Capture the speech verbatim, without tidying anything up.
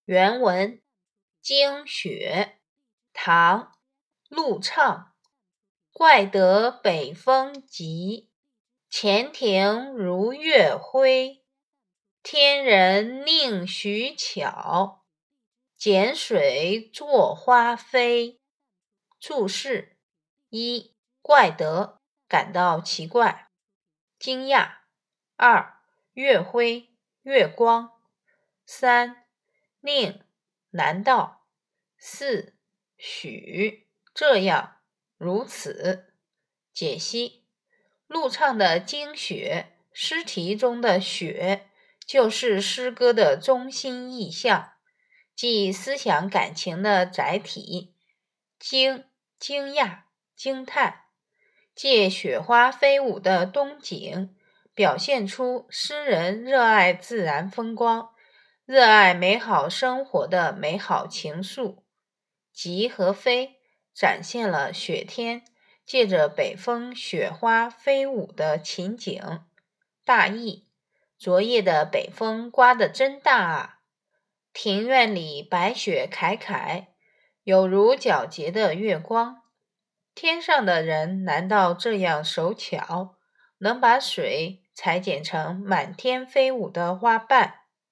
原文：惊雪，唐·陆畅。怪得北风急，前庭如月辉。天人宁许巧，剪水作花飞。注释：一、怪得，感到奇怪、惊讶；二、月辉，月光；三、宁，难道；四、许，这样，如此。解析：陆畅的惊雪，诗题中的雪就是诗歌的中心意象，即思想感情的载体。惊，惊讶、惊叹，借雪花飞舞的冬景，表现出诗人热爱自然风光、热爱美好生活的美好情愫。急和飞展现了雪天借着北风雪花飞舞的情景。大意：昨夜的北风刮得真大啊！庭院里白雪铠铠，有如皎洁的月光。天上的人难道这样手巧，能把水裁剪成满天飞舞的花瓣？